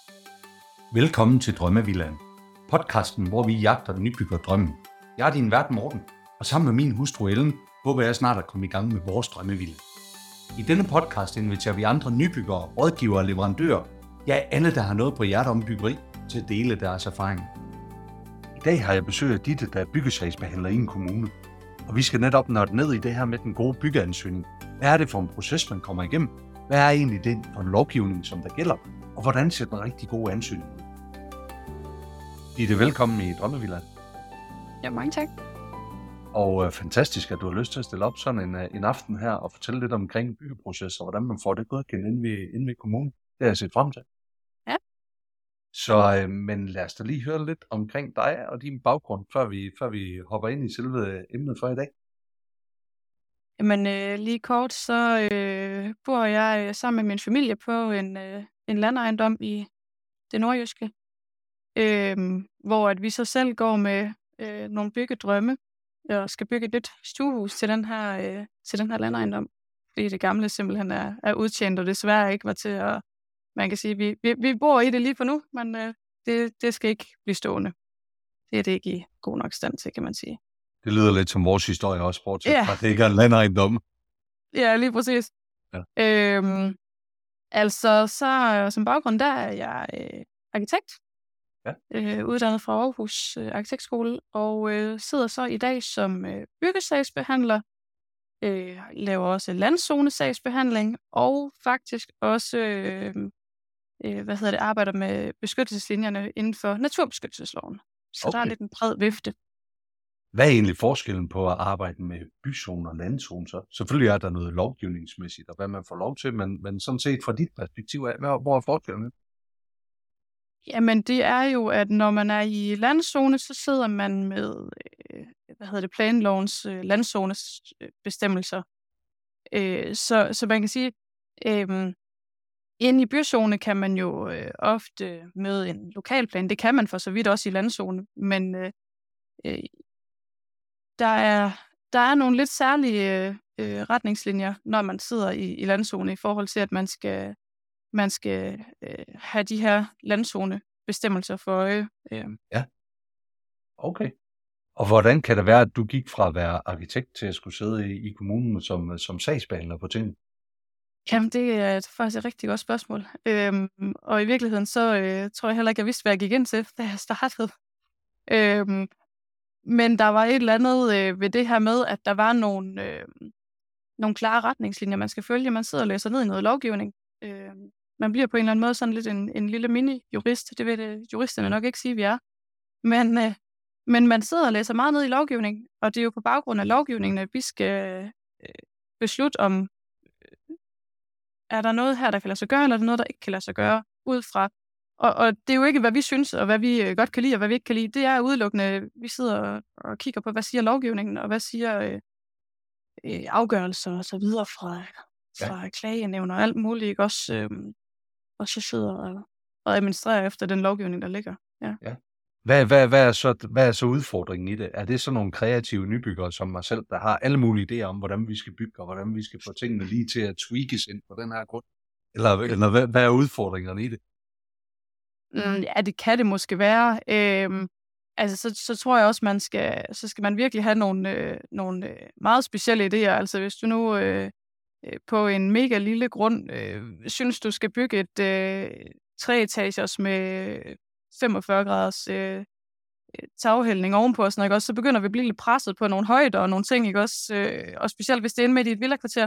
Velkommen til Drømmevillaen, podcasten, hvor vi jagter nybyggerdrømmen. Jeg er din vært Morten, og sammen med min hustru Ellen, håber jeg snart at komme i gang med vores drømmevilla. I denne podcast inviterer vi andre nybyggere, rådgivere og leverandører, ja alle, der har noget på hjertet om byggeri, til at dele deres erfaringer. I dag har jeg besøg af Ditte, der er byggesagsbehandler i en kommune, og vi skal netop nørde ned i det her med den gode byggeansøgning. Hvad er det for en proces, man kommer igennem? Hvad er egentlig den for en lovgivning, som der gælder? Og hvordan ser den rigtig gode ansøgning ud? Ditte, velkommen i Drømmevillaen. Ja, mange tak. Og fantastisk, at du har lyst til at stille op sådan en aften her og fortælle lidt omkring byggeprocesser, og hvordan man får det godkendt inde ved kommunen. Det har jeg set frem til. Ja. Så men lad os da lige høre lidt omkring dig og din baggrund, før vi hopper ind i selve emnet for i dag. Jamen lige kort, så bor jeg sammen med min familie på en landejendom i det nordjyske, hvor at vi så selv går med nogle byggedrømme og skal bygge et nyt stuehus til den her landejendom, fordi det gamle simpelthen er udtjent og desværre ikke var til at, man kan sige, vi bor i det lige for nu, men det skal ikke blive stående. Det er det ikke i god nok stand til, kan man sige. Det lyder lidt som vores historie også, bortset fra, at det ikke er en landejendom. Ja, lige præcis. Ja. Altså, så som baggrund, der er jeg arkitekt, uddannet fra Aarhus Arkitektskole, og sidder så i dag som byggesagsbehandler, laver også landzonesagsbehandling, og faktisk også arbejder med beskyttelseslinjerne inden for naturbeskyttelsesloven. Så der er lidt en bred vifte. Hvad er egentlig forskellen på at arbejde med byzone og landzone så? Selvfølgelig er der noget lovgivningsmæssigt, og hvad man får lov til, men sådan set fra dit perspektiv, hvor er forskellen? Jamen det er jo, at når man er i landzone, så sidder man med planlovens landzones bestemmelser. Så man kan sige, inde i byzone kan man jo ofte møde en lokalplan. Det kan man for så vidt også i landzone, men der er nogle lidt særlige retningslinjer, når man sidder i landzone, i forhold til, at man skal have de her landzonebestemmelser for øje. Ja, okay. Og hvordan kan det være, at du gik fra at være arkitekt til at skulle sidde i kommunen som sagsbehandler på tingene? Jamen, det er faktisk et rigtig godt spørgsmål. Og i virkeligheden, så tror jeg heller ikke, jeg vidste, hvad jeg gik ind til, da jeg startede. Men der var et eller andet ved det her med, at der var nogle klare retningslinjer, man skal følge. Man sidder og læser ned i noget lovgivning. Man bliver på en eller anden måde sådan lidt en lille mini-jurist. Det vil juristerne nok ikke sige, vi er. Men man sidder og læser meget ned i lovgivning, og det er jo på baggrund af lovgivningen, at vi skal beslutte om, er der noget her, der kan lade sig gøre, eller er der noget, der ikke kan lade sig gøre ud fra. Og det er jo ikke, hvad vi synes, og hvad vi godt kan lide, og hvad vi ikke kan lide. Det er udelukkende, vi sidder og kigger på, hvad siger lovgivningen, og hvad siger afgørelser og så videre fra klagenævn og alt muligt, ikke? Også, og så sidder og administrerer efter den lovgivning, der ligger. Ja. Hvad er så udfordringen i det? Er det sådan nogle kreative nybyggere som mig selv, der har alle mulige idéer om, hvordan vi skal bygge, og hvordan vi skal få tingene lige til at tweakes ind på den her grund? Eller hvad er udfordringerne i det? Ja, det kan det måske være. Så tror jeg også, så skal man virkelig have nogle meget specielle idéer. Altså hvis du nu på en mega lille grund synes, du skal bygge et 3 etagers med 45 graders taghældning ovenpå, og sådan, ikke? Også, så begynder vi at blive lidt presset på nogle højder og nogle ting, ikke? Også, og specielt hvis det er inde midt i et villakvarter.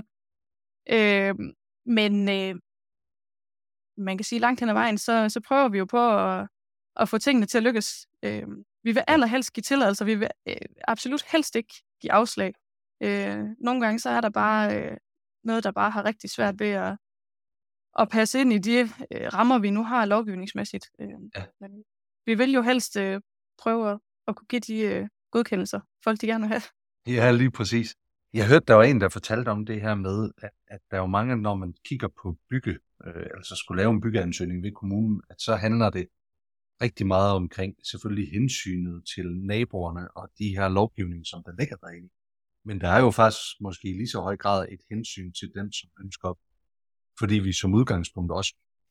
Men man kan sige, langt hen ad vejen, så prøver vi jo på at få tingene til at lykkes. Vi vil allerhelst give tilladelser, vi vil absolut helst ikke give afslag. Nogle gange så er der bare noget, der bare har rigtig svært ved at passe ind i de rammer, vi nu har lovgivningsmæssigt. Men vi vil jo helst prøve at kunne give de godkendelser, folk de gerne vil have. Ja, lige præcis. Jeg hørte, der var en, der fortalte om det her med, at der er jo mange, når man kigger på altså skulle lave en byggeansøgning ved kommunen, at så handler det rigtig meget omkring selvfølgelig hensynet til naboerne og de her lovgivninger, som der ligger derinde. Men der er jo faktisk måske i lige så høj grad et hensyn til den, som ønsker op. Fordi vi som udgangspunkt også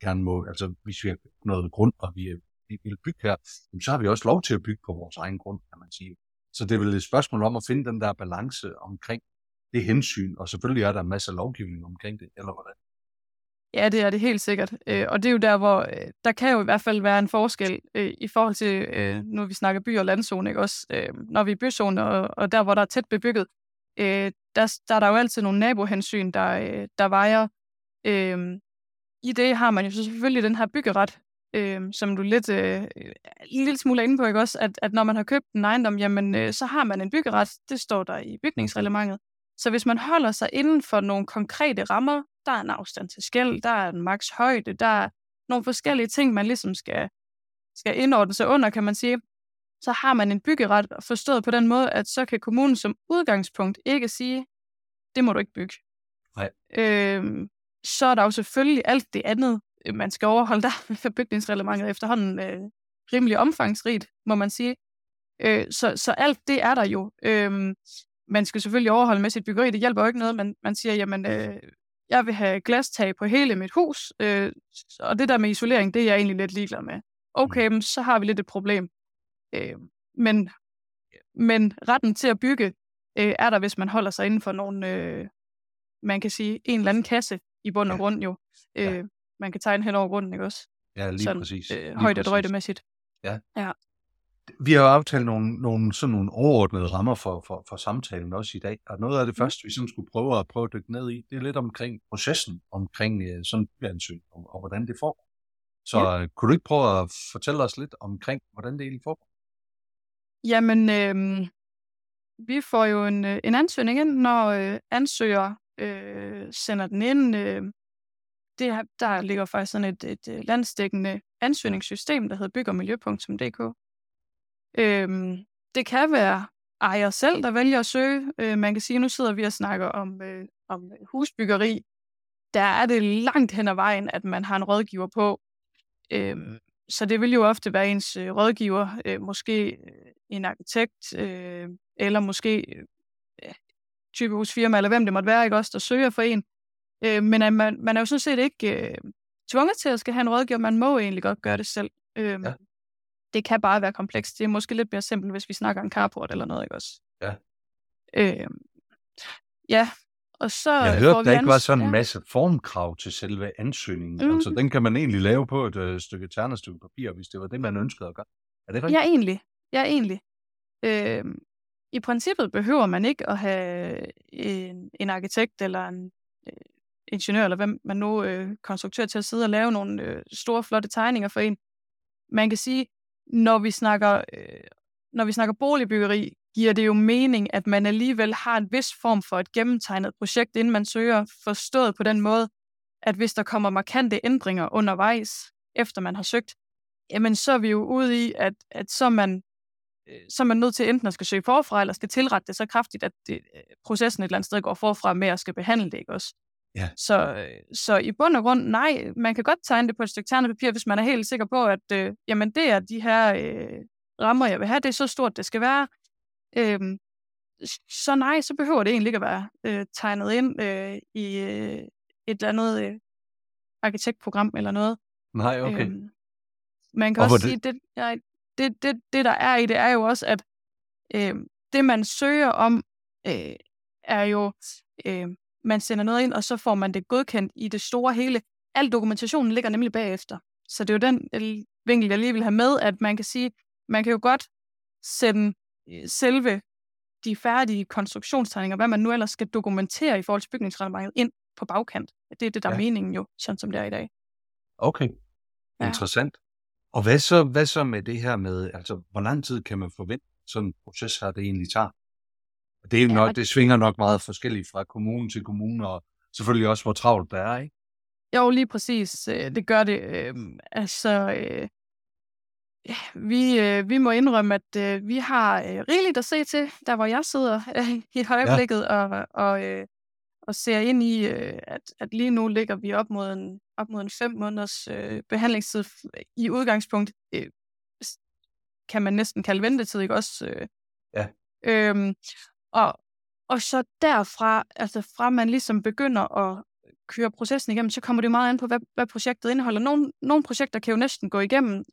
gerne må, altså hvis vi har noget grund, og vi vil bygge her, så har vi også lov til at bygge på vores egen grund, kan man sige. Så det er vel et spørgsmål om at finde den der balance omkring det hensyn, og selvfølgelig er der en masse lovgivning omkring det, eller hvordan? Ja, det er det helt sikkert. Og det er jo der, hvor der kan jo i hvert fald være en forskel i forhold til, nu vi snakker by- og landzone, ikke også? Når vi er byzone, og der, hvor der er tæt bebygget, der er der jo altid nogle nabohensyn, der vejer. I det har man jo så selvfølgelig den her byggeret, som du lidt en lille smule er inde på, ikke også? At når man har købt en ejendom, jamen, så har man en byggeret. Det står der i bygningsreglementet. Så hvis man holder sig inden for nogle konkrete rammer, der er en afstand til skel, der er en maks højde, der er nogle forskellige ting, man ligesom skal indordne sig under, kan man sige, så har man en byggeret forstået på den måde, at så kan kommunen som udgangspunkt ikke sige, det må du ikke bygge. Nej. Så er der jo selvfølgelig alt det andet, man skal overholde. Der er bygningsreglementet efterhånden rimelig omfangsrigt, må man sige. Så alt det er der jo. Man skal selvfølgelig overholde med sit byggeri. Det hjælper jo ikke noget, men man siger, jamen, jeg vil have glastag på hele mit hus, og det der med isolering, det er jeg egentlig lidt ligeglad med. Okay, så har vi lidt et problem. Men retten til at bygge er der, hvis man holder sig inden for nogle, man kan sige, en eller anden kasse i bund og grund jo. Man kan tegne hen over grunden, ikke også? Ja, lige sådan, præcis. Højde og drøjdemæssigt. Ja. Ja. Vi har jo aftalt nogle overordnede rammer for samtalen også i dag, og noget af det første, vi sådan skulle prøve at dykke ned i, det er lidt omkring processen, omkring sådan en byansøgning, og hvordan det foregår. Så kunne du ikke prøve at fortælle os lidt omkring, hvordan det egentlig foregår? Jamen, vi får jo en ansøgning ind, når ansøger sender den ind. Der ligger faktisk sådan et landsdækkende ansøgningssystem, der hedder bygogmiljø.dk. Det kan være ejer selv, der vælger at søge. Man kan sige, nu sidder vi og snakker om husbyggeri. Der er det langt hen ad vejen, at man har en rådgiver på. Så det vil jo ofte være ens rådgiver, måske en arkitekt, eller måske typehusfirma, eller hvem det måtte være, ikke også, der søger for en. Men man er jo sådan set ikke tvunget til at skal have en rådgiver. Man må egentlig godt gøre det selv. Det kan bare være komplekst. Det er måske lidt mere simpelt, hvis vi snakker om carport eller noget, ikke også? Ja. Ja, og så jeg hørte, der ikke var sådan en masse formkrav til selve ansøgningen. Altså, den kan man egentlig lave på et stykke ternestykke papir, hvis det var det, man ønskede at gøre. Er det rigtigt? Ja, egentlig. I princippet behøver man ikke at have en arkitekt eller en ingeniør, eller hvem man nu konstruktør til at sidde og lave nogle store, flotte tegninger for en. Man kan sige, når vi snakker boligbyggeri, giver det jo mening, at man alligevel har en vis form for et gennemtegnet projekt, inden man søger, forstået på den måde, at hvis der kommer markante ændringer undervejs, efter man har søgt, jamen så er vi jo ude i, at så er man nødt til enten at skal søge forfra, eller skal tilrette det så kraftigt, at processen et eller andet sted går forfra med at skal behandle det, ikke også? Ja. Så i bund og grund, nej, man kan godt tegne det på et stykke ternepapir, hvis man er helt sikker på, at jamen det er de her rammer, jeg vil have, det er så stort, det skal være. Så nej, så behøver det egentlig ikke at være tegnet ind i et eller andet arkitektprogram eller noget. Nej, okay. Man kan også sige, det der er i det, er jo også, at det man søger om, er jo, man sender noget ind, og så får man det godkendt i det store hele. Al dokumentationen ligger nemlig bagefter. Så det er jo den vinkel, jeg lige vil have med, at man kan sige, man kan jo godt sende selve de færdige konstruktionstegninger, hvad man nu ellers skal dokumentere i forhold til bygningsreglementet, ind på bagkant. Det er det, der er meningen jo, sådan som det er i dag. Okay, interessant. Og hvad så med det her med, altså hvor lang tid kan man forvente sådan en proces her, det egentlig tager? Det er nok, det svinger nok meget forskelligt fra kommune til kommune, og selvfølgelig også, hvor travlt der er, ikke? Jo, lige præcis. Det gør det. Vi må indrømme, at vi har rigeligt at se til, der hvor jeg sidder i øjeblikket, og ser ind i, at lige nu ligger vi op mod en 5 måneders behandlingstid. I udgangspunkt kan man næsten kalde ventetid, ikke også? Og så derfra, altså fra man ligesom begynder at kører processen igennem, så kommer det meget an på, hvad projektet indeholder. Nogle projekter kan jo næsten gå igennem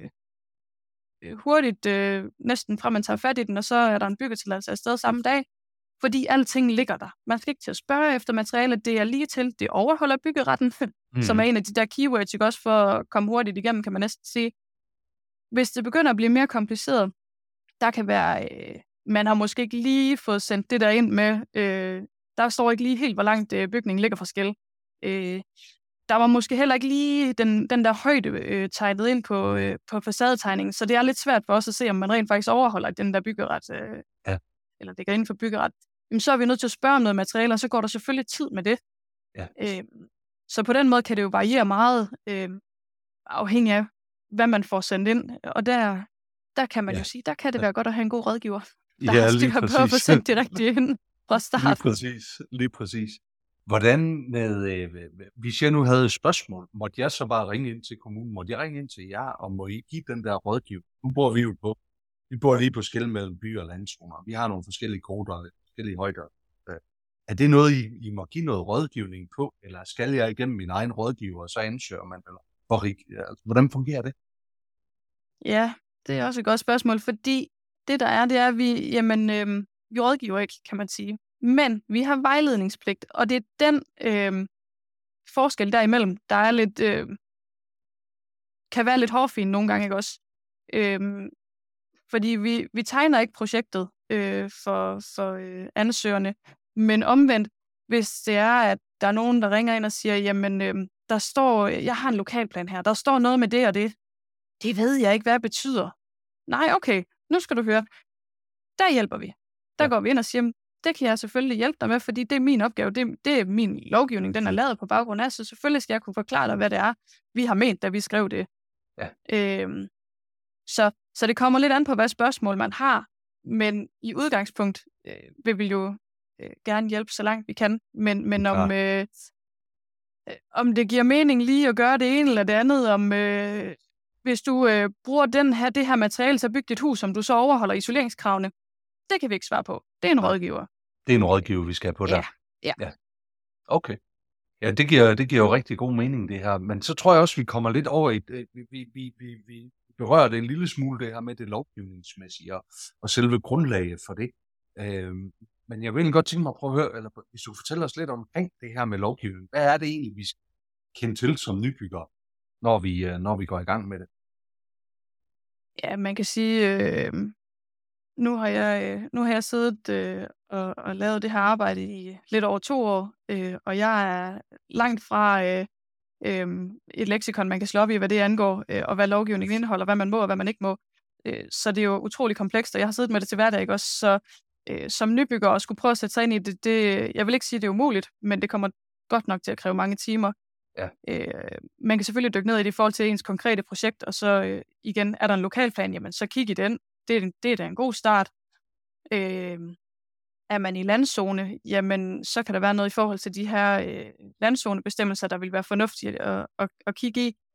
hurtigt, næsten fra man tager fat i den, og så er der en byggetilladelse afsted samme dag, fordi alting ligger der. Man skal ikke til at spørge efter materialet, det er lige til, det overholder byggeretten, som er en af de der keywords, ikke også for at komme hurtigt igennem, kan man næsten sige. Hvis det begynder at blive mere kompliceret, der kan være, man har måske ikke lige fået sendt det der ind med, der står ikke lige helt, hvor langt bygningen ligger fra skel. Der var måske heller ikke lige den der højde tegnet ind på facadetegningen, så det er lidt svært for os at se, om man rent faktisk overholder den der byggeret, eller det går inden for byggeret. Jamen, så er vi nødt til at spørge om noget materiale, og så går der selvfølgelig tid med det. Ja. Så på den måde kan det jo variere meget, afhængig af, hvad man får sendt ind. Og der kan man jo sige, der kan det være godt at have en god rådgiver, der har styr på at få sendt det rigtige ind fra start. Lige præcis. Hvordan med, hvis jeg nu havde et spørgsmål, måtte jeg så bare ringe ind til kommunen? Måtte jeg ringe ind til jer, og må I give den der rådgiver? Nu bor vi jo vi bor lige på skel mellem by og landzoner. Vi har nogle forskellige koder, forskellige højder. Er det noget, I må give noget rådgivning på, eller skal jeg igennem min egen rådgiver, og så ansøger man? Eller hvordan fungerer det? Ja, det er også et godt spørgsmål, fordi det der er, det er, at vi rådgiver ikke, kan man sige. Men vi har vejledningspligt, og det er den forskel derimellem, der er lidt, kan være lidt hårfin nogle gange, ikke også? Fordi vi tegner ikke projektet for ansøgerne, men omvendt, hvis det er, at der er nogen, der ringer ind og siger, jamen, der står, jeg har en lokalplan her, der står noget med det og det. Det ved jeg ikke, hvad det betyder. Nej, okay, nu skal du høre. Der hjælper vi. Der går vi ind og siger, det kan jeg selvfølgelig hjælpe dig med, fordi det er min opgave, det er min lovgivning, den er lavet på baggrund af, så selvfølgelig skal jeg kunne forklare dig, hvad det er, vi har ment, da vi skrev det. Ja. Så det kommer lidt an på, hvad spørgsmål man har, men i udgangspunkt vil vi jo gerne hjælpe så langt vi kan, men om det giver mening lige at gøre det ene eller det andet, om hvis du bruger det her materiale til at bygge dit hus, som du så overholder isoleringskravene, det kan vi ikke svare på. Det er en rådgiver. Det er en rådgiver, vi skal have på der. Ja. Okay. Ja, det giver jo rigtig god mening, det her. Men så tror jeg også, vi kommer lidt over i, vi berører det en lille smule, det her med det lovgivningsmæssige og selve grundlaget for det. Men jeg vil godt tænke mig at prøve at høre, eller hvis du fortæller os lidt omkring det her med lovgivning. Hvad er det egentlig, vi skal kende til som nybyggere, når vi går i gang med det? Ja, man kan sige, nu har jeg siddet og lavet det her arbejde i lidt over 2 år, og jeg er langt fra et leksikon, man kan slå op i, hvad det angår, og hvad lovgivningen indeholder, hvad man må og hvad man ikke må. Så det er jo utrolig komplekst, og jeg har siddet med det til hverdag, ikke også? Så som nybygger at skulle prøve at sætte sig ind i det, jeg vil ikke sige, det er umuligt, men det kommer godt nok til at kræve mange timer. Ja. Man kan selvfølgelig dykke ned i det i forhold til ens konkrete projekt, og så igen, er der en lokalplan, jamen så kig i den. Det er da en god start. Er man i landzone, jamen så kan der være noget i forhold til de her landzonebestemmelser, der vil være fornuftige at kigge i.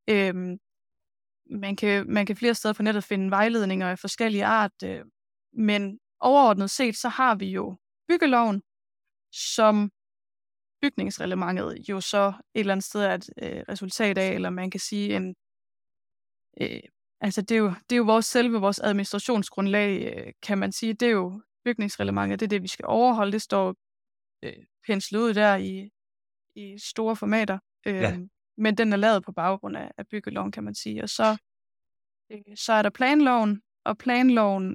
Man kan flere steder på nettet finde vejledninger af forskellige art, men overordnet set, så har vi jo byggeloven, som bygningsreglementet jo så et eller andet sted er et resultat af, eller man kan sige altså det er jo vores administrationsgrundlag, kan man sige. Det er jo bygningsreglementet, det er det, vi skal overholde. Det står penslet ud der i store formater. Men den er lavet på baggrund af byggeloven, kan man sige. Og så er der planloven, og planloven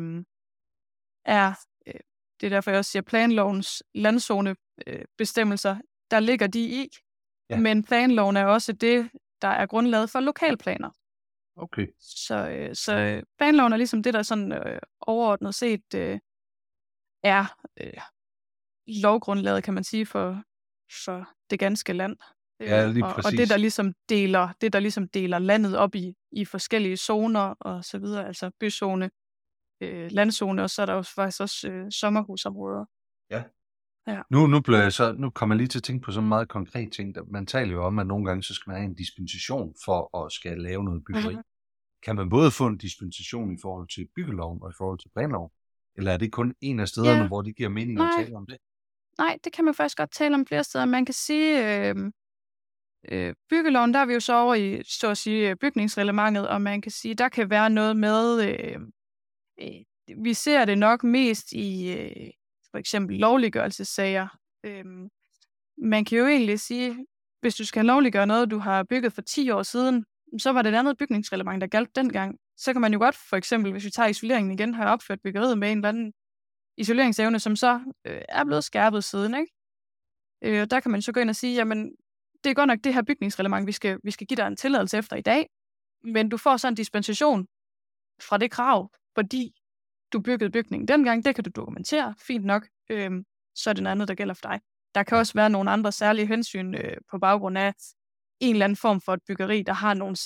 det er derfor, jeg også siger, planlovens landzonebestemmelser, der ligger de i. Ja. Men planloven er også det, der er grundlaget for lokalplaner. Okay. Så planloven er ligesom det, der sådan overordnet set er lovgrundlaget, kan man sige, for det ganske land. Ja, lige præcis. Og det, der ligesom deler landet op i forskellige zoner og så videre, altså byzone, landzone, og så er der jo faktisk også sommerhusområder. Ja. Nu kommer jeg lige til at tænke på sådan en meget konkret ting. Man taler jo om, at nogle gange så skal man have en dispensation for at skal lave noget byggeri. Mm-hmm. Kan man både få en dispensation i forhold til byggeloven og i forhold til planloven? Eller er det kun en af stederne, hvor det giver mening at tale om det? Nej, det kan man faktisk godt tale om flere steder. Man kan sige, byggeloven, der er vi jo så over i, så at sige, bygningsreglementet, og man kan sige, der kan være noget med, vi ser det nok mest i for eksempel lovliggørelsessager. Man kan jo egentlig sige, hvis du skal lovliggøre noget, du har bygget for 10 år siden, så var det et andet bygningsreglement, der galt dengang. Så kan man jo godt, for eksempel, hvis vi tager isoleringen igen, have opført byggeriet med en eller anden isoleringsevne, som så er blevet skærpet siden, ikke? Der kan man så gå ind og sige, jamen, det er godt nok det her bygningsreglement, vi skal give dig en tilladelse efter i dag, men du får så en dispensation fra det krav, fordi du byggede bygningen dengang, det kan du dokumentere, fint nok, så er det noget andet, der gælder for dig. Der kan også være nogle andre særlige hensyn på baggrund af en eller anden form for et byggeri, der har nogle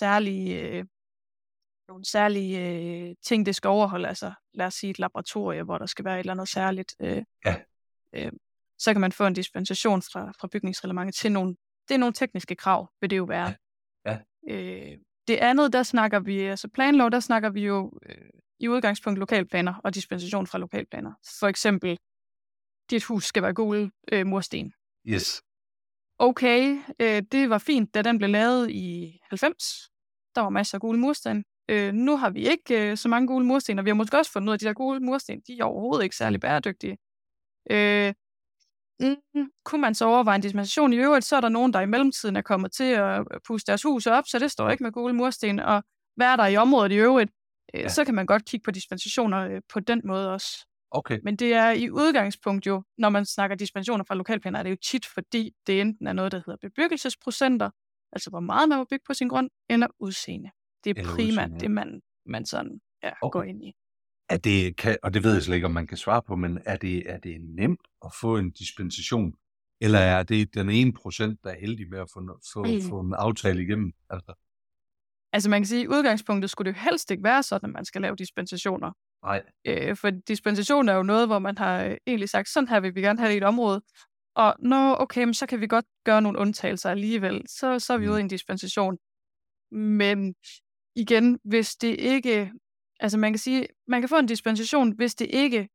særlige ting, det skal overholde. Altså, lad os sige et laboratorie, hvor der skal være et eller andet særligt. Så kan man få en dispensation fra bygningsreglementet til nogle. Det er nogle tekniske krav, vil det jo være. Ja. Det andet, der snakker vi, altså planlov, der snakker vi jo i udgangspunkt lokalplaner og dispensation fra lokalplaner. For eksempel, dit hus skal være gule mursten. Yes. Okay, det var fint, da den blev lavet i 90. Der var masser af gule mursten. Nu har vi ikke så mange gule mursten, og vi har måske også fundet ud af, at de der gule mursten, de er overhovedet ikke særlig bæredygtige. Kunne man så overveje en dispensation? I øvrigt, så er der nogen, der i mellemtiden er kommet til at puste deres hus op, så det står ikke med gule mursten, og hvad er der i området i øvrigt? Så kan man godt kigge på dispensationer på den måde også. Okay. Men det er i udgangspunkt jo, når man snakker dispensationer fra lokalplaner, er det jo tit, fordi det enten er noget, der hedder bebyggelsesprocenter, altså hvor meget man må bygge på sin grund, eller udseende. Det er primært det, man sådan går ind i. Er det, og det ved jeg slet ikke, om man kan svare på, men er det nemt at få en dispensation, eller er det den 1%, der er heldig med at få en aftale igennem? Altså man kan sige, at i udgangspunktet skulle det jo helst ikke være sådan, at man skal lave dispensationer. Nej. For dispensation er jo noget, hvor man har egentlig sagt, sådan her vil vi gerne have det i et område. Og okay, så kan vi godt gøre nogle undtagelser alligevel. Så er vi ude i en dispensation. Men igen, hvis det ikke... Altså man kan sige, man kan få en dispensation, hvis det ikke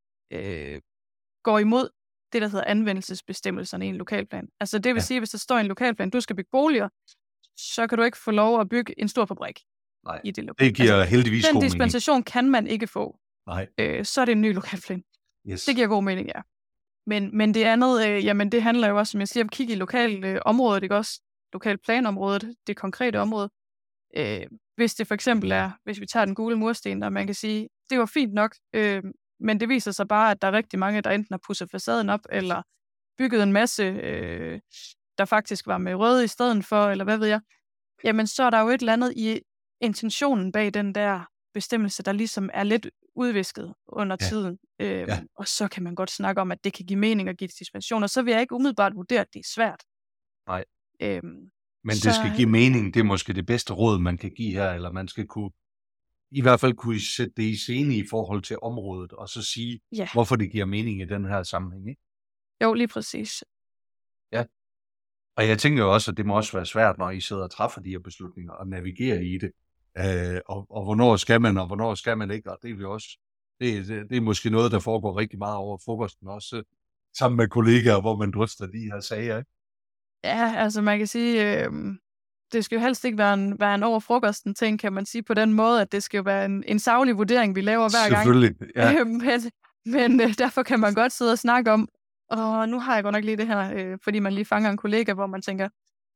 går imod det, der hedder anvendelsesbestemmelserne i en lokalplan. Altså det vil sige, hvis der står i en lokalplan, du skal bygge boliger, så kan du ikke få lov at bygge en stor fabrik. Nej, i det lokal. Det giver heldigvis god mening. Den dispensation kan man ikke få. Nej. Så er det en ny lokalplan. Yes. Det giver god mening, ja. Men det andet, jamen det handler jo også, som jeg siger, om at kigge i lokalområdet, ikke også? Lokalplanområdet, det konkrete område. Hvis det for eksempel er, hvis vi tager den gule mursten, og man kan sige, det var fint nok, men det viser sig bare, at der er rigtig mange, der enten har pudset facaden op, eller bygget en masse, der faktisk var med røde i stedet for, eller hvad ved jeg. Jamen så er der jo et eller andet i intentionen bag den der bestemmelse, der ligesom er lidt udvisket under tiden. Og så kan man godt snakke om, at det kan give mening at give dispensationer. Så vil jeg ikke umiddelbart vurdere, at det er svært. Nej. Men det skal give mening. Det er måske det bedste råd, man kan give her, eller man skal i hvert fald kunne sætte det i scene i forhold til området, og så sige, hvorfor det giver mening i den her sammenhæng, ikke? Jo, lige præcis. Ja. Og jeg tænker jo også, at det må også være svært, når I sidder og træffer de her beslutninger, og navigerer i det. Og hvornår skal man, og hvornår skal man ikke, og det er vi også. Det er måske noget, der foregår rigtig meget over frokosten, også sammen med kollegaer, hvor man drøfter de her sager, ikke? Ja, altså man kan sige, det skal jo helst ikke være en over frokosten ting, kan man sige på den måde, at det skal jo være en saglig vurdering, vi laver hver gang. Selvfølgelig, ja. Men derfor kan man godt sidde og snakke om, nu har jeg godt nok lige det her, fordi man lige fanger en kollega, hvor man tænker,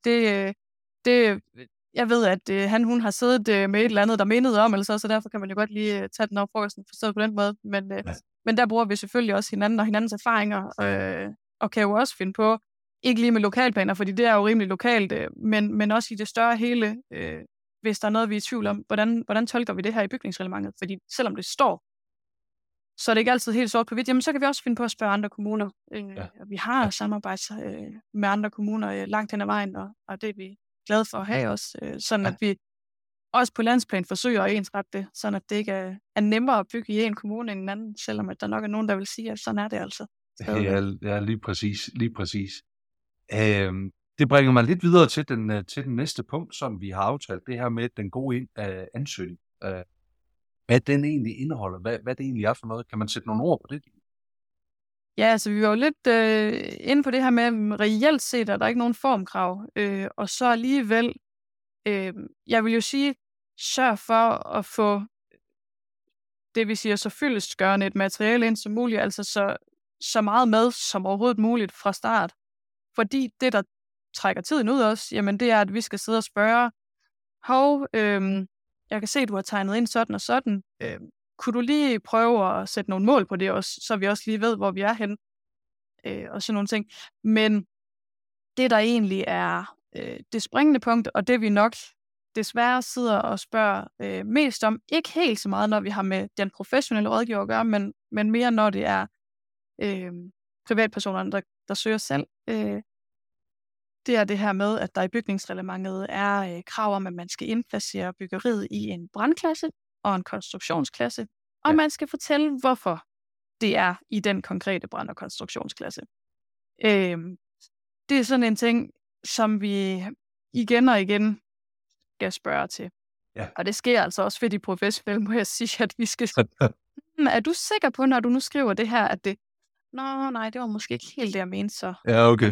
jeg ved, at hun har siddet med et eller andet, der mindede om, eller så derfor kan man jo godt lige tage den over frokosten, forstået på den måde. Men der bruger vi selvfølgelig også hinanden og hinandens erfaringer, og kan jo også finde på, ikke lige med lokalplaner, fordi det er jo rimelig lokalt, men også i det større hele, hvis der er noget, vi er i tvivl om, hvordan tolker vi det her i bygningsreglementet? Fordi selvom det står, så er det ikke altid helt sort på hvidt, jamen så kan vi også finde på at spørge andre kommuner. Vi har samarbejde med andre kommuner langt hen ad vejen, og det er vi glade for at have også, sådan at vi også på landsplan forsøger at ensrette det, sådan at det ikke er nemmere at bygge i en kommune end en anden, selvom at der nok er nogen, der vil sige, at sådan er det altså. Ja, lige præcis. Det bringer mig lidt videre til den næste punkt, som vi har aftalt, det her med den gode ansøgning. Hvad den egentlig indeholder, hvad det egentlig er for noget. Kan man sætte nogle ord på det? Ja, altså vi var jo lidt inde på det her med, at reelt set er der ikke nogen formkrav, og så alligevel, jeg vil jo sige, sørg for at få det, vi siger, så fyldestgørende et materiale ind som muligt, altså så meget med som overhovedet muligt fra start. Fordi det, der trækker tiden ud også, jamen det er, at vi skal sidde og spørge, jeg kan se, at du har tegnet ind sådan og sådan. Kunne du lige prøve at sætte nogle mål på det også, så vi også lige ved, hvor vi er henne, og sådan nogle ting. Men det, der egentlig er det springende punkt, og det vi nok desværre sidder og spørger mest om, ikke helt så meget, når vi har med den professionelle rådgiver at gøre, men mere når det er privatpersonerne, der søger selv. Det er det her med, at der i bygningsreglementet er krav om, at man skal indplacere byggeriet i en brandklasse og en konstruktionsklasse, og man skal fortælle, hvorfor det er i den konkrete brand- og konstruktionsklasse. Det er sådan en ting, som vi igen og igen skal spørge til. Ja. Og det sker altså også for de professionelle, må jeg sige, at vi skal... Er du sikker på, når du nu skriver det her, at det... Nå, nej, det var måske ikke helt det, jeg mente så. Ja, okay.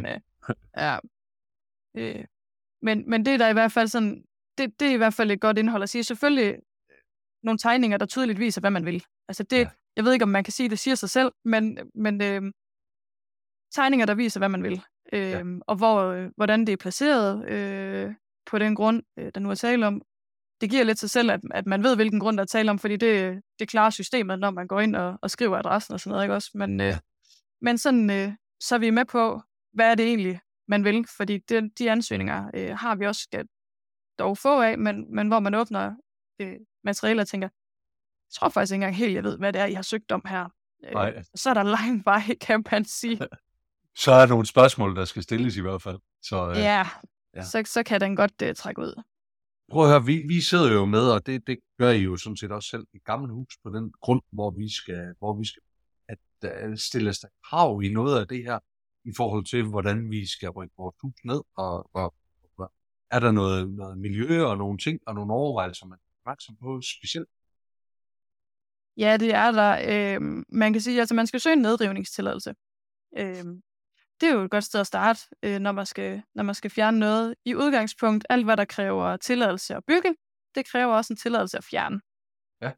Men det er der i hvert fald sådan... Det er i hvert fald et godt indhold at sige. Selvfølgelig nogle tegninger, der tydeligt viser, hvad man vil. Altså det... Jeg ved ikke, om man kan sige, at det siger sig selv, men tegninger, der viser, hvad man vil. Og hvordan det er placeret på den grund, der nu er tale om. Det giver lidt sig selv, at man ved, hvilken grund der er tale om, fordi det klarer systemet, når man går ind og skriver adressen og sådan noget, ikke også? Men sådan, så er vi med på, hvad er det egentlig, man vil, fordi de ansøgninger har vi også skal dog få af, men hvor man åbner materialer og tænker, jeg tror faktisk ikke engang helt, jeg ved, hvad det er, I har søgt om her. Så er der lang vej, kan man sige. Så er der nogle spørgsmål, der skal stilles i hvert fald. Så kan den godt trække ud. Prøv at høre, vi sidder jo med, og det gør I jo sådan set også selv i Gamle Hus, på den grund, hvor vi skal at stille os krav i noget af det her, i forhold til, hvordan vi skal rykke vores hus ned, og er der noget miljø og nogle ting, og nogle overvejelser, man er opmærksom på specielt? Ja, det er der. Man kan sige, altså man skal søge en nedrivningstilladelse. Det er jo et godt sted at starte, når man skal fjerne noget. I udgangspunkt, alt hvad der kræver tilladelse at bygge, det kræver også en tilladelse at fjerne. Ja.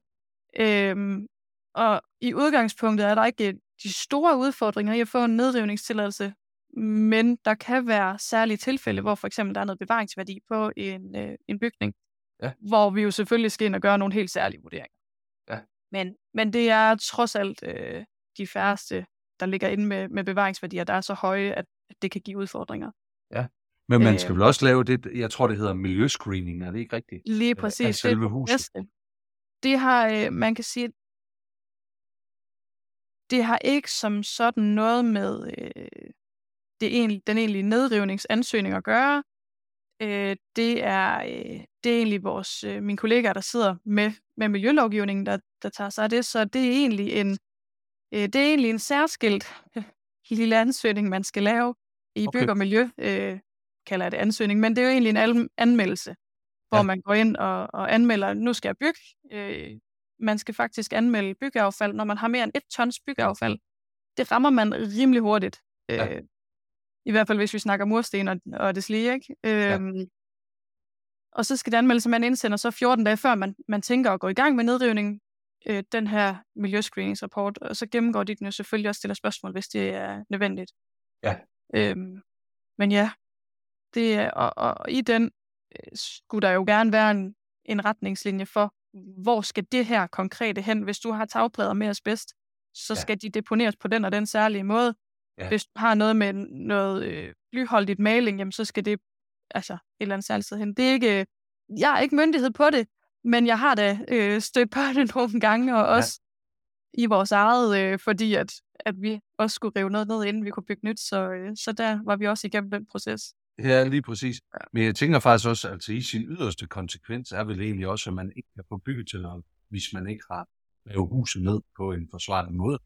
Og i udgangspunktet er der ikke de store udfordringer i at få en nedrivningstilladelse, men der kan være særlige tilfælde, hvor for eksempel der er noget bevaringsværdi på en bygning, hvor vi jo selvfølgelig skal ind og gøre nogle helt særlige vurderinger. Ja. Men det er trods alt de færreste, der ligger inde med bevaringsværdier, der er så høje, at det kan give udfordringer. Ja, men man skal vel også lave det, jeg tror, det hedder miljøscreening, er det ikke rigtigt? Lige præcis. Af selve huset. Det har, man kan sige, det har ikke som sådan noget med den egentlige nedrivningsansøgning at gøre. Det er egentlig mine kollegaer, der sidder med miljølovgivningen, der tager sig af det, så det er egentlig en særskilt lille ansøgning, man skal lave i byg og miljø, kalder jeg det ansøgning, men det er jo egentlig en anmeldelse, hvor man går ind og anmelder, nu skal jeg bygge. Man skal faktisk anmelde byggeaffald, når man har mere end 1 tons byggeaffald. Det rammer man rimelig hurtigt. I hvert fald, hvis vi snakker mursten og det slige, ikke? Og så skal det anmeldes, at man indsender så 14 dage før man tænker at gå i gang med nedrivning, den her miljøscreeningsrapport, og så gennemgår de den jo selvfølgelig og stiller spørgsmål, hvis det er nødvendigt. Ja. Men ja, det er, og i den skulle der jo gerne være en retningslinje for, hvor skal det her konkrete hen? Hvis du har tagplader med asbest, så skal de deponeres på den og den særlige måde. Ja. Hvis du har noget med noget blyholdigt maling, jamen, så skal det et eller andet særligt sted hen. Det er ikke, jeg er ikke myndighed på det, men jeg har da stødt på det nogle gange, og også i vores eget, fordi at vi også skulle rive noget ned, inden vi kunne bygge nyt, så der var vi også igennem den proces. Ja, lige præcis. Ja. Men jeg tænker faktisk også, altså i sin yderste konsekvens er vel egentlig også, at man ikke kan få byggetilladelse, hvis man ikke har lavet huset ned på en forsvarlig måde.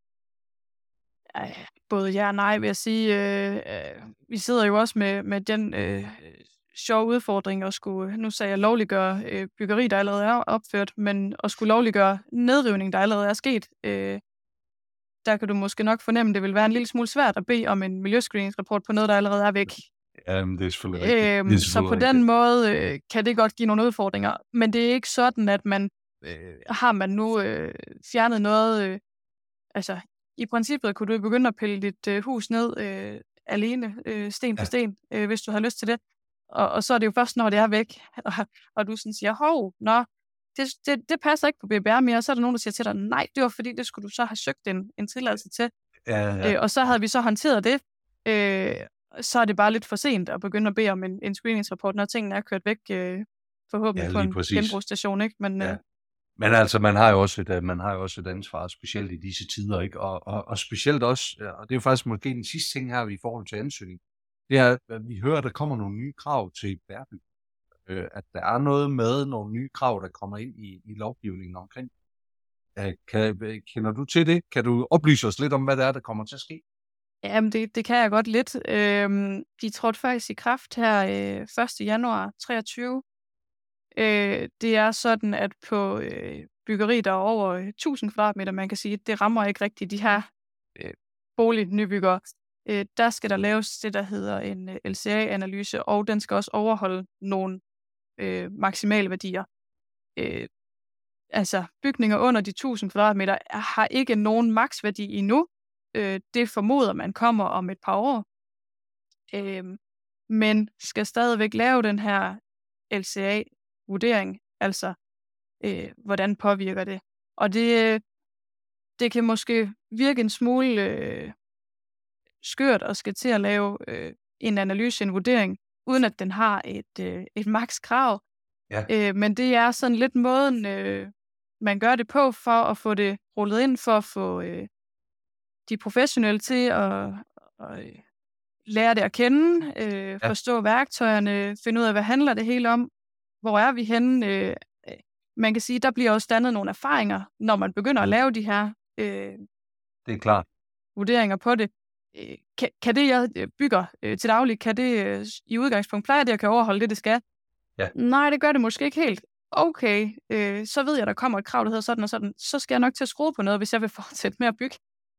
Både ja og nej, vil jeg sige. Vi sidder jo også med den sjove udfordring at skulle, nu sagde jeg, lovliggøre byggeri, der allerede er opført, men at skulle lovliggøre nedrivning, der allerede er sket. der kan du måske nok fornemme, at det vil være en lille smule svært at bede om en miljøscreeningsrapport på noget, der allerede er væk. Jamen, det er selvfølgelig rigtigt. Det er Så på selvfølgelig den rigtigt. måde kan det godt give nogle udfordringer. Men det er ikke sådan, at man har man nu fjernet noget. Altså, i princippet kunne du begynde at pille dit hus ned alene, sten for Ja. sten, hvis du har lyst til det. Og så er det jo først, når det er væk, og du sådan siger, hov, nå, det passer ikke på BBR mere. Så er der nogen, der siger til dig, nej, det var fordi, det skulle du så have søgt en tilladelse til. Ja. Og så havde vi så håndteret det. Så er det bare lidt for sent at begynde at bede om en screeningsrapport, når tingene er kørt væk, forhåbentlig på lige en præcis. genbrugsstation, ikke? Men, Ja. Men altså, man har jo også et ansvar, specielt i disse tider, ikke? Og specielt også, og det er jo faktisk måske den sidste ting her i forhold til ansøgning, det er, at vi hører, at der kommer nogle nye krav til bæredygtighed. At der er noget med nogle nye krav, der kommer ind i lovgivningen omkring. Kender du til det? Kan du oplyse os lidt om, hvad det er, der kommer til at ske? Jamen, det kan jeg godt lidt. De trådte faktisk i kraft her 1. januar 23. Det er sådan, at på byggeri, der er over 1000 kvadratmeter, man kan sige, det rammer ikke rigtigt de her bolignybyggere. Der skal der laves det, der hedder en LCA-analyse, og den skal også overholde nogle maksimale værdier. Altså, bygninger under de 1000 kvadratmeter har ikke nogen maksværdi endnu. Det formoder man kommer om et par år. Men skal stadigvæk lave den her LCA-vurdering, altså hvordan påvirker det. Og det kan måske virke en smule skørt at skal til at lave en analyse, en vurdering, uden at den har et makskrav. Ja. Men det er sådan lidt måden, man gør det på, for at få det rullet ind, for at få de professionelle til at lære det at kende, forstå værktøjerne, finde ud af, hvad handler det hele om, hvor er vi henne. Man kan sige, der bliver også dannet nogle erfaringer, når man begynder at lave de her Det er klart. vurderinger på det. Kan det, jeg bygger til daglig, kan det i udgangspunkt plejer det at kan overholde det skal? Ja. Nej, det gør det måske ikke helt. Okay, så ved jeg, der kommer et krav, der hedder sådan og sådan. Så skal jeg nok til at skrue på noget, hvis jeg vil fortsætte med at bygge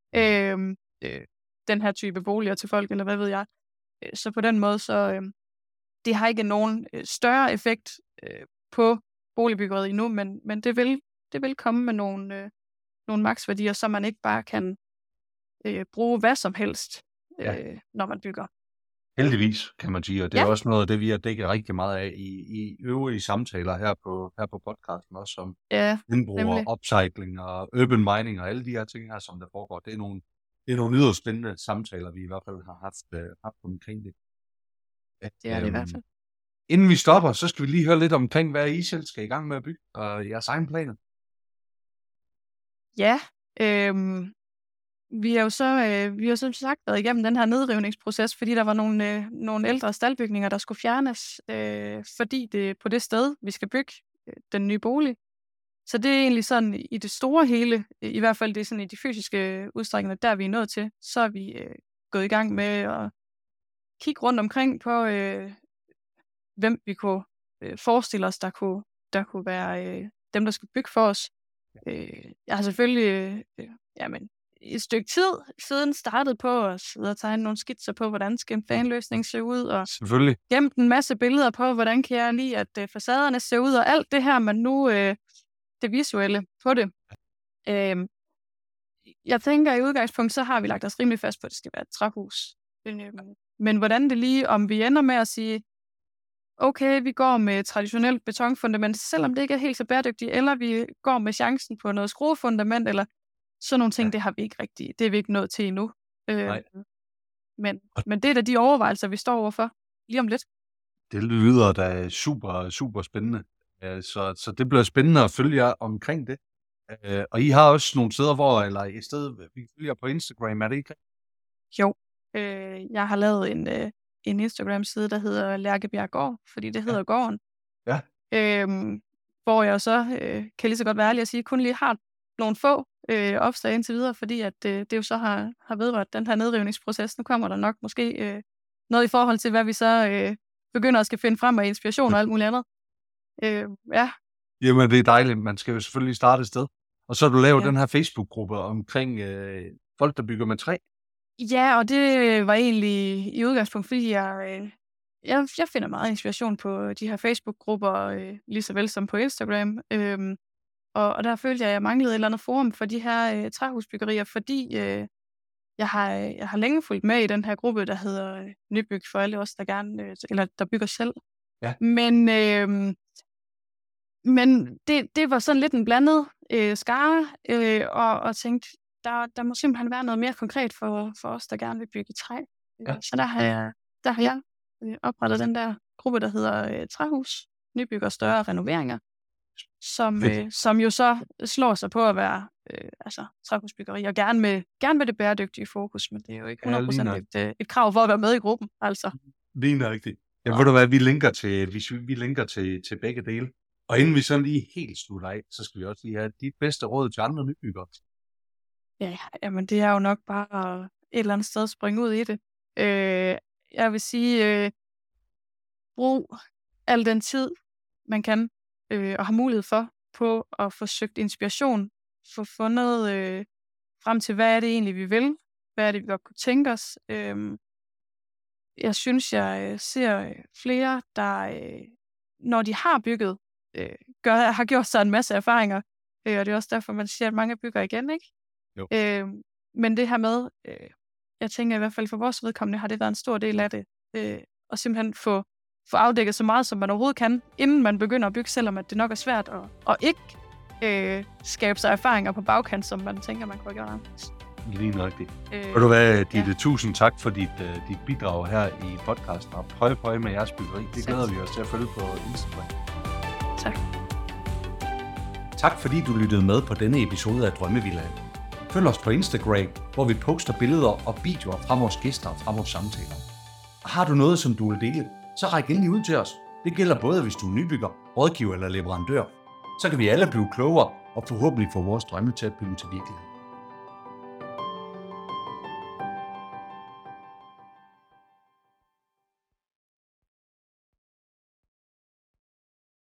den her type boliger til folk, eller hvad ved jeg. Så på den måde, så det har ikke nogen større effekt på boligbyggeriet endnu, men det vil komme med nogle maksværdier, så man ikke bare kan bruge hvad som helst, når man bygger. Heldigvis, kan man sige, og det er også noget af det, vi har dækket rigtig meget af i øvrige samtaler her på podcasten, også om indbrug og upcycling og urban mining og alle de her ting her, som der foregår. Det er nogle yderst spændende samtaler, vi i hvert fald har haft omkring det. Det er det i hvert fald. Inden vi stopper, så skal vi lige høre lidt omkring, hvad I selv skal i gang med at bygge, og jeres egen planer. Ja, vi har jo som sagt været igennem den her nedrivningsproces, fordi der var nogle ældre staldbygninger, der skulle fjernes, fordi det er på det sted, vi skal bygge den nye bolig. Så det er egentlig sådan i det store hele, i hvert fald det er sådan i de fysiske udstrækninger, der vi er nået til, så er vi gået i gang med at kigge rundt omkring på, hvem vi kunne forestille os, der kunne være dem, der skal bygge for os. Jeg har selvfølgelig et stykke tid siden startet på at sidde og tegne nogle skitser på, hvordan skal en planløsning se ud, og gemt en masse billeder på, hvordan kan jeg lide, at facaderne ser ud, og alt det her, men nu det visuelle på det. Jeg tænker i udgangspunkt, så har vi lagt os rimelig fast på, at det skal være et træhus. Men hvordan det lige, om vi ender med at sige, okay, vi går med traditionelt betonfundament, selvom det ikke er helt så bæredygtigt, eller vi går med chancen på noget skruefundament, eller sådan nogle ting, det har vi ikke rigtigt. Det er vi ikke nået til endnu. Men det er da de overvejelser, vi står overfor lige om lidt. Det lyder da super, super spændende. Så det bliver spændende at følge jer omkring det. Og I har også nogle steder, eller et sted, vi følger på Instagram, er det ikke? Jo. Jeg har lavet en Instagram-side, der hedder Lærkebjerg Gård, fordi det hedder gården. Ja. Hvor jeg så kan lige så godt være ærlig at sige, kun lige har nogle få opslag indtil videre, fordi at det jo så har vedrørt den her nedrivningsproces. Nu kommer der nok måske noget i forhold til, hvad vi så begynder at skal finde frem af inspiration og alt muligt andet. Jamen, det er dejligt. Man skal jo selvfølgelig starte et sted. Og så har du lavet den her Facebook-gruppe omkring folk, der bygger med træ? Ja, og det var egentlig i udgangspunkt, fordi jeg finder meget inspiration på de her Facebook-grupper, lige så vel som på Instagram. Og der følte jeg manglede et eller andet forum for de her træhusbyggerier, fordi jeg har længe fulgt med i den her gruppe, der hedder Nybyg for alle os, der gerne, eller der bygger selv. Ja. Men det var sådan lidt en blandet skare, og tænkte, der må simpelthen være noget mere konkret for os, der gerne vil bygge træ. Ja. Så der har jeg oprettet den der gruppe, der hedder Træhus, Nybyg og større renoveringer, som jo så slår sig på at være træhusbyggeri, og gerne med det bæredygtige fokus, men det er jo ikke 100% et krav for at være med i gruppen. Altså. Lige nøjagtigt. Ja, ved du hvad, vi linker til begge dele. Og inden vi sådan lige helt slutter af, så skal vi også lige have dit bedste råd til andre nybyggere. Ja, jamen det er jo nok bare et eller andet sted at springe ud i det. Jeg vil sige, brug al den tid, man kan, og har mulighed for, på at få søgt inspiration, få fundet frem til, hvad er det egentlig, vi vil, hvad er det, vi godt kunne tænke os. Jeg synes, jeg ser flere, der, når de har bygget, har gjort sig en masse erfaringer, og det er også derfor, man siger, at mange bygger igen, ikke? Jo. Men det her med, jeg tænker i hvert fald for vores vedkommende, har det været en stor del af det, at simpelthen få afdækket så meget, som man overhovedet kan, inden man begynder at bygge, selvom at det nok er svært at ikke skabe sig erfaringer på bagkant, som man tænker, man kunne gøre. Lige nøjagtigt. Vil du være, Ditte, tusind tak for dit bidrag her i podcasten, og prøv med jeres byggeri. Det glæder vi os til at følge på Instagram. Tak. Tak fordi du lyttede med på denne episode af Drømmevillaen. Følg os på Instagram, hvor vi poster billeder og videoer fra vores gæster og fra vores samtaler. Og har du noget, som du vil dele, så ræk endelig ud til os. Det gælder både, hvis du er nybygger, rådgiver eller leverandør. Så kan vi alle blive klogere og forhåbentlig få vores drømme til at blive til virkelighed.